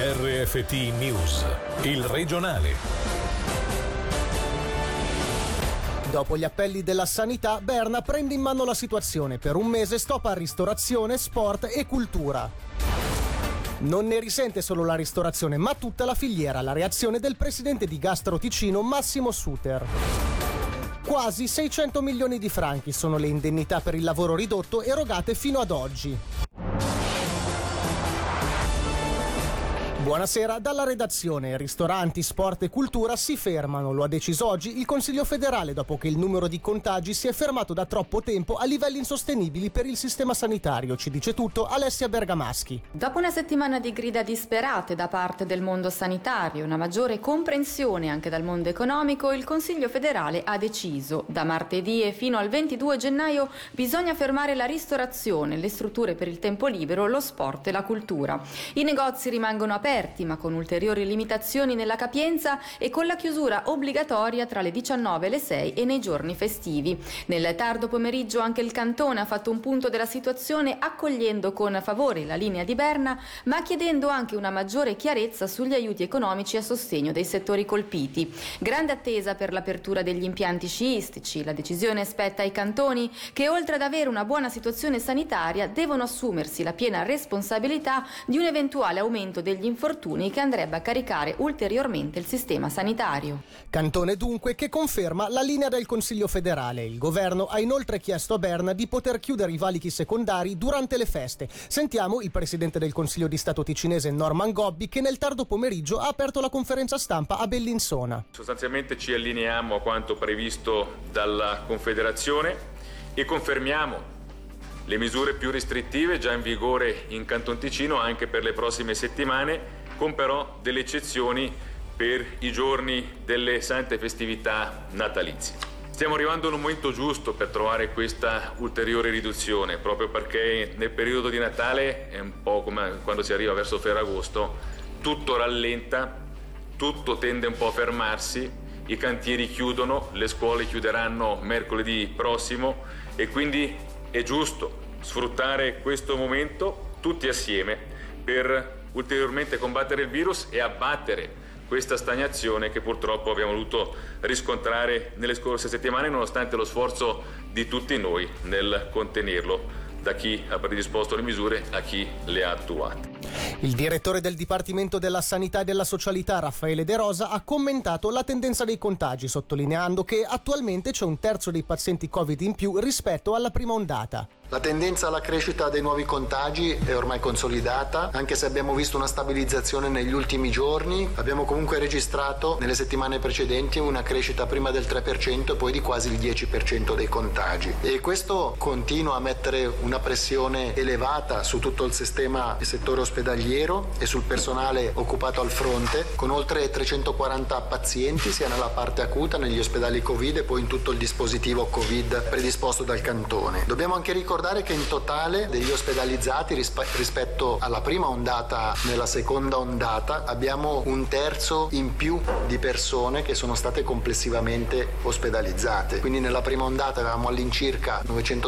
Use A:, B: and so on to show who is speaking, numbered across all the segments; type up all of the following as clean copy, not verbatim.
A: RFT News, il regionale.
B: Dopo gli appelli della sanità, Berna prende in mano la situazione. Per un mese stop a ristorazione, sport e cultura. Non ne risente solo la ristorazione, ma tutta la filiera. La reazione del presidente di Gastro Ticino, Massimo Suter. Quasi 600 milioni di franchi sono le indennità per il lavoro ridotto erogate fino ad oggi. Buonasera dalla redazione. Ristoranti, sport e cultura si fermano. Lo ha deciso oggi il Consiglio federale dopo che il numero di contagi si è fermato da troppo tempo a livelli insostenibili per il sistema sanitario. Ci dice tutto Alessia Bergamaschi.
C: Dopo una settimana di grida disperate da parte del mondo sanitario e una maggiore comprensione anche dal mondo economico, il Consiglio federale ha deciso: da martedì e fino al 22 gennaio bisogna fermare la ristorazione, le strutture per il tempo libero, lo sport e la cultura. I negozi rimangono aperti, ma con ulteriori limitazioni nella capienza e con la chiusura obbligatoria tra le 19 e le 6 e nei giorni festivi. Nel tardo pomeriggio anche il Cantone ha fatto un punto della situazione, accogliendo con favore la linea di Berna, ma chiedendo anche una maggiore chiarezza sugli aiuti economici a sostegno dei settori colpiti. Grande attesa per l'apertura degli impianti sciistici. La decisione spetta ai cantoni che, oltre ad avere una buona situazione sanitaria, devono assumersi la piena responsabilità di un eventuale aumento degli infortuni che andrebbe a caricare ulteriormente il sistema sanitario.
B: Cantone dunque che conferma la linea del Consiglio federale. Il governo ha inoltre chiesto a Berna di poter chiudere i valichi secondari durante le feste. Sentiamo il presidente del Consiglio di Stato ticinese Norman Gobbi, che nel tardo pomeriggio ha aperto la conferenza stampa a Bellinzona.
D: Sostanzialmente ci allineiamo a quanto previsto dalla Confederazione e confermiamo le misure più restrittive già in vigore in Canton Ticino anche per le prossime settimane, con però delle eccezioni per i giorni delle sante festività natalizie. Stiamo arrivando in un momento giusto per trovare questa ulteriore riduzione, proprio perché nel periodo di Natale, è un po' come quando si arriva verso Ferragosto, tutto rallenta, tutto tende un po' a fermarsi, i cantieri chiudono, le scuole chiuderanno mercoledì prossimo e quindi è giusto sfruttare questo momento tutti assieme per ulteriormente combattere il virus e abbattere questa stagnazione che purtroppo abbiamo dovuto riscontrare nelle scorse settimane, nonostante lo sforzo di tutti noi nel contenerlo, da chi ha predisposto le misure a chi le ha attuate.
B: Il direttore del Dipartimento della Sanità e della Socialità, Raffaele De Rosa, ha commentato la tendenza dei contagi, sottolineando che attualmente c'è un terzo dei pazienti Covid in più rispetto alla prima ondata.
E: La tendenza alla crescita dei nuovi contagi è ormai consolidata, anche se abbiamo visto una stabilizzazione negli ultimi giorni. Abbiamo comunque registrato nelle settimane precedenti una crescita prima del 3% e poi di quasi il 10% dei contagi. E questo continua a mettere una pressione elevata su tutto il sistema e settore ospedaliero e sul personale occupato al fronte, con oltre 340 pazienti sia nella parte acuta, negli ospedali Covid e poi in tutto il dispositivo Covid predisposto dal Cantone. Dobbiamo anche ricordare che in totale degli ospedalizzati rispetto alla prima ondata, nella seconda ondata abbiamo un terzo in più di persone che sono state complessivamente ospedalizzate. Quindi nella prima ondata avevamo all'incirca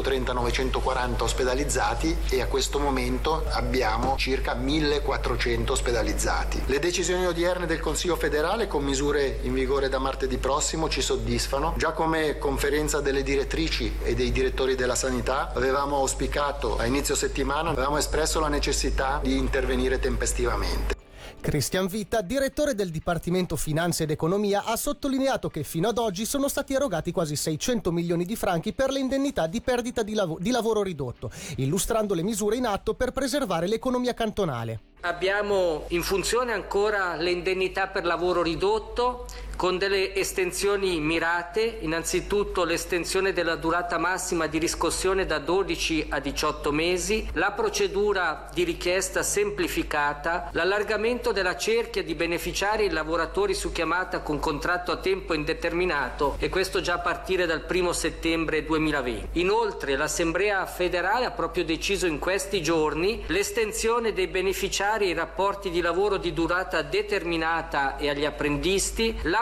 E: 930-940 ospedalizzati e a questo momento abbiamo circa 1400 ospedalizzati. Le decisioni odierne del Consiglio federale, con misure in vigore da martedì prossimo, ci soddisfano. Già come conferenza delle direttrici e dei direttori della sanità avevamo auspicato a inizio settimana, avevamo espresso la necessità di intervenire tempestivamente.
B: Cristian Vitta, direttore del Dipartimento Finanze ed Economia, ha sottolineato che fino ad oggi sono stati erogati quasi 600 milioni di franchi per le indennità di perdita di lavoro ridotto, illustrando le misure in atto per preservare l'economia cantonale.
F: Abbiamo in funzione ancora le indennità per lavoro ridotto con delle estensioni mirate, innanzitutto l'estensione della durata massima di riscossione da 12 a 18 mesi, la procedura di richiesta semplificata, l'allargamento della cerchia di beneficiari e lavoratori su chiamata con contratto a tempo indeterminato, e questo già a partire dal 1 settembre 2020. Inoltre l'Assemblea federale ha proprio deciso in questi giorni l'estensione dei beneficiari ai rapporti di lavoro di durata determinata e agli apprendisti, la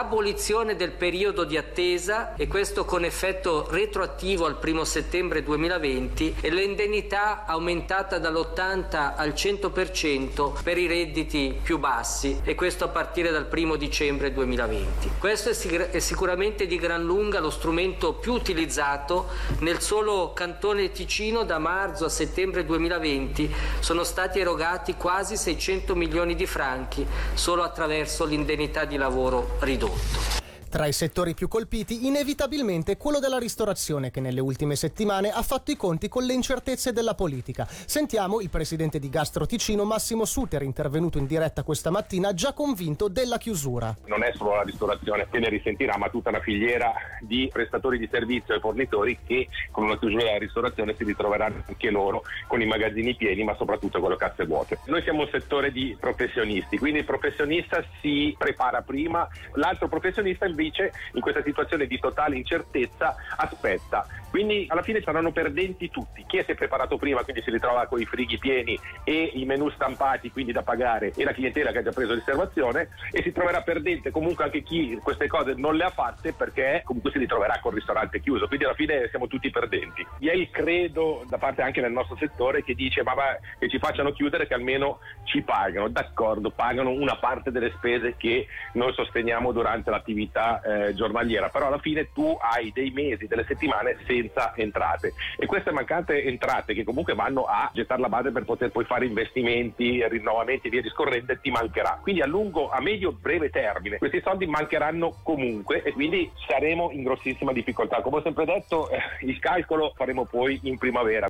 F: l'abolizione del periodo di attesa, e questo con effetto retroattivo al 1 settembre 2020, e l'indennità aumentata dall'80 al 100% per i redditi più bassi, e questo a partire dal 1 dicembre 2020. Questo è sicuramente di gran lunga lo strumento più utilizzato. Nel solo Cantone Ticino da marzo a settembre 2020 sono stati erogati quasi 600 milioni di franchi solo attraverso l'indennità di lavoro ridotto.
B: Tra i settori più colpiti, inevitabilmente quello della ristorazione, che nelle ultime settimane ha fatto i conti con le incertezze della politica. Sentiamo il presidente di Gastro Ticino, Massimo Suter, intervenuto in diretta questa mattina, già convinto della chiusura.
G: Non è solo la ristorazione che ne risentirà, ma tutta una filiera di prestatori di servizio e fornitori che con una chiusura della ristorazione si ritroveranno anche loro con i magazzini pieni, ma soprattutto con le casse vuote. Noi siamo un settore di professionisti, quindi il professionista si prepara prima, l'altro professionista invece in questa situazione di totale incertezza aspetta. Quindi alla fine saranno perdenti tutti. Chi si è preparato prima, quindi si ritrova con i frighi pieni e i menù stampati, quindi da pagare, e la clientela che ha già preso riservazione, e si troverà perdente comunque anche chi queste cose non le ha fatte, perché comunque si ritroverà col ristorante chiuso. Quindi alla fine siamo tutti perdenti. Vi è il credo da parte anche del nostro settore che dice ma che ci facciano chiudere, che almeno ci pagano. D'accordo, pagano una parte delle spese che noi sosteniamo durante l'attività giornaliera, però alla fine tu hai dei mesi, delle settimane senza entrate, e queste mancanti entrate, che comunque vanno a gettare la base per poter poi fare investimenti, rinnovamenti e via discorrendo, ti mancherà. Quindi a medio breve termine questi soldi mancheranno comunque, e quindi saremo in grossissima difficoltà. Come ho sempre detto, il calcolo faremo poi in primavera.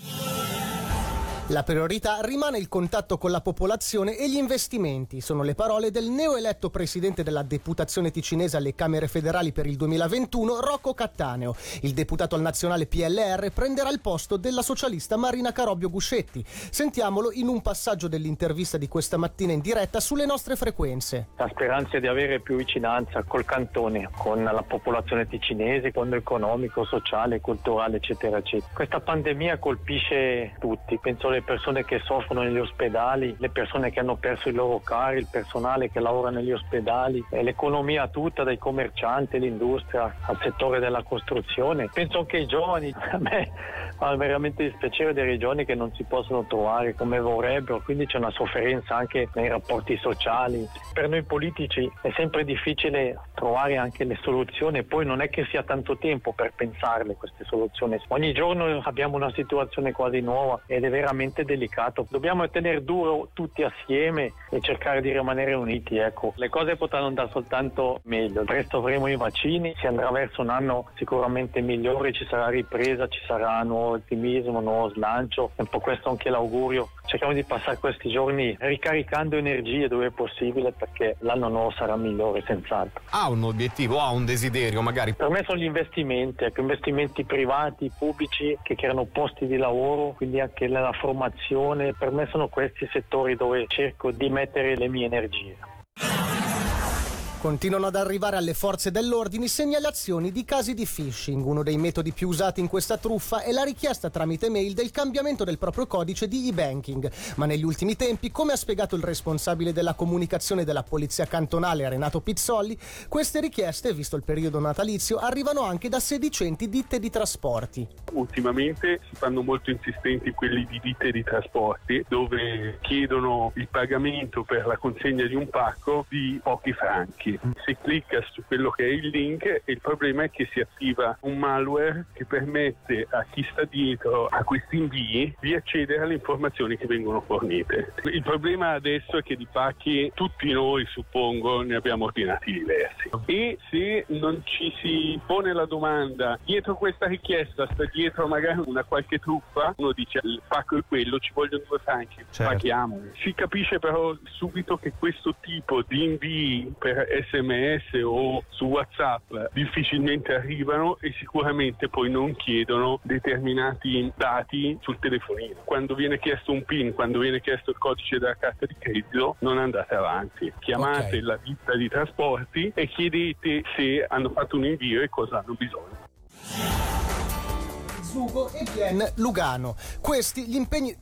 B: La priorità rimane il contatto con la popolazione e gli investimenti, sono le parole del neoeletto presidente della deputazione ticinese alle Camere federali per il 2021, Rocco Cattaneo. Il deputato al nazionale PLR prenderà il posto della socialista Marina Carobbio Guscetti. Sentiamolo in un passaggio dell'intervista di questa mattina in diretta sulle nostre frequenze.
H: La speranza è di avere più vicinanza col cantone, con la popolazione ticinese, con l'economico, sociale, culturale, eccetera, eccetera. Questa pandemia colpisce tutti, penso le persone che soffrono negli ospedali, le persone che hanno perso i loro cari, il personale che lavora negli ospedali, l'economia tutta, dai commercianti, l'industria, al settore della costruzione. Penso anche ai giovani. A me fa veramente dispiacere dei giovani che non si possono trovare come vorrebbero, quindi c'è una sofferenza anche nei rapporti sociali. Per noi politici è sempre difficile trovare anche le soluzioni, poi non è che sia tanto tempo per pensarle queste soluzioni. Ogni giorno abbiamo una situazione quasi nuova ed è veramente delicato. Dobbiamo tenere duro tutti assieme e cercare di rimanere uniti, ecco. Le cose potranno andare soltanto meglio. Presto avremo i vaccini, si andrà verso un anno sicuramente migliore, ci sarà ripresa, ci sarà nuovo ottimismo, nuovo slancio. È un po' questo anche l'augurio. Cerchiamo di passare questi giorni ricaricando energie dove è possibile, perché l'anno nuovo sarà migliore senz'altro.
I: Ha un obiettivo, ha un desiderio magari?
H: Per me sono gli investimenti, ecco, investimenti privati, pubblici, che creano posti di lavoro, quindi anche la formazione. Per me sono questi settori dove cerco di mettere le mie energie.
B: Continuano ad arrivare alle forze dell'ordine segnalazioni di casi di phishing. Uno dei metodi più usati in questa truffa è la richiesta tramite mail del cambiamento del proprio codice di e-banking. Ma negli ultimi tempi, come ha spiegato il responsabile della comunicazione della Polizia Cantonale, Renato Pizzolli, queste richieste, visto il periodo natalizio, arrivano anche da sedicenti ditte di trasporti.
J: Ultimamente si fanno molto insistenti quelli di ditte di trasporti, dove chiedono il pagamento per la consegna di un pacco di pochi franchi. Si clicca su quello che è il link e il problema è che si attiva un malware che permette a chi sta dietro a questi invii di accedere alle informazioni che vengono fornite. Il problema adesso è che di pacchi tutti noi, suppongo, ne abbiamo ordinati diversi, e se non ci si pone la domanda dietro questa richiesta sta dietro magari una qualche truffa, uno dice il pacco è quello, ci vogliono 2 franchi, paghiamo. Si capisce però subito che questo tipo di invii per SMS o su WhatsApp difficilmente arrivano e sicuramente poi non chiedono determinati dati sul telefonino. Quando viene chiesto un PIN, quando viene chiesto il codice della carta di credito, non andate avanti. Chiamate la ditta di trasporti e chiedete se hanno fatto un invio e cosa hanno bisogno.
B: Zugo e Bien Lugano. Questi gli impegni.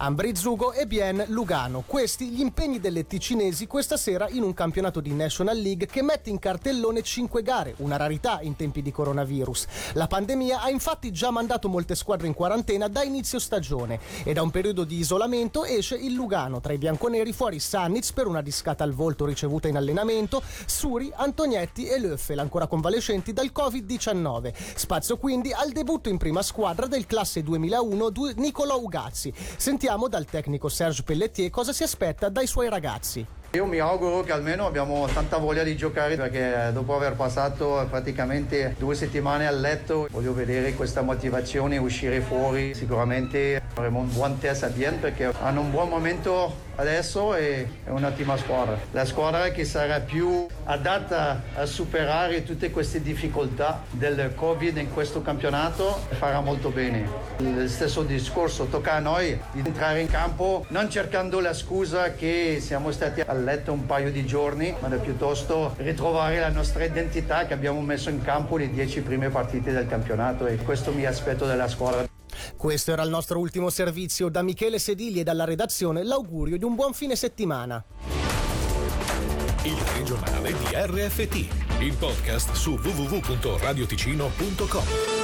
B: Ambrizzugo e Bien Lugano. Questi gli impegni delle ticinesi questa sera in un campionato di National League che mette in cartellone 5 gare, una rarità in tempi di coronavirus. La pandemia ha infatti già mandato molte squadre in quarantena da inizio stagione e da un periodo di isolamento esce il Lugano. Tra i bianconeri fuori Sannitz per una discata al volto ricevuta in allenamento, Suri, Antonietti e Löffel ancora convalescenti dal Covid-19. Spazio quindi al debutto in prima squadra del classe 2001 Nicolò Ugazzi. Sentiamo dal tecnico Serge Pelletier cosa si aspetta dai suoi ragazzi.
K: Io mi auguro che almeno abbiamo tanta voglia di giocare, perché dopo aver passato praticamente 2 settimane a letto voglio vedere questa motivazione uscire fuori. Sicuramente avremo un buon test a Bien perché hanno un buon momento adesso e è un'ottima squadra. La squadra che sarà più adatta a superare tutte queste difficoltà del Covid in questo campionato farà molto bene. Il stesso discorso tocca a noi di entrare in campo non cercando la scusa che siamo stati a letto un paio di giorni, ma piuttosto ritrovare la nostra identità che abbiamo messo in campo le 10 prime partite del campionato, e questo mi aspetto della squadra.
B: Questo era il nostro ultimo servizio. Da Michele Sedili e dalla redazione l'augurio di un buon fine settimana.
A: Il regionale di RFT, il podcast su www.radioticino.com.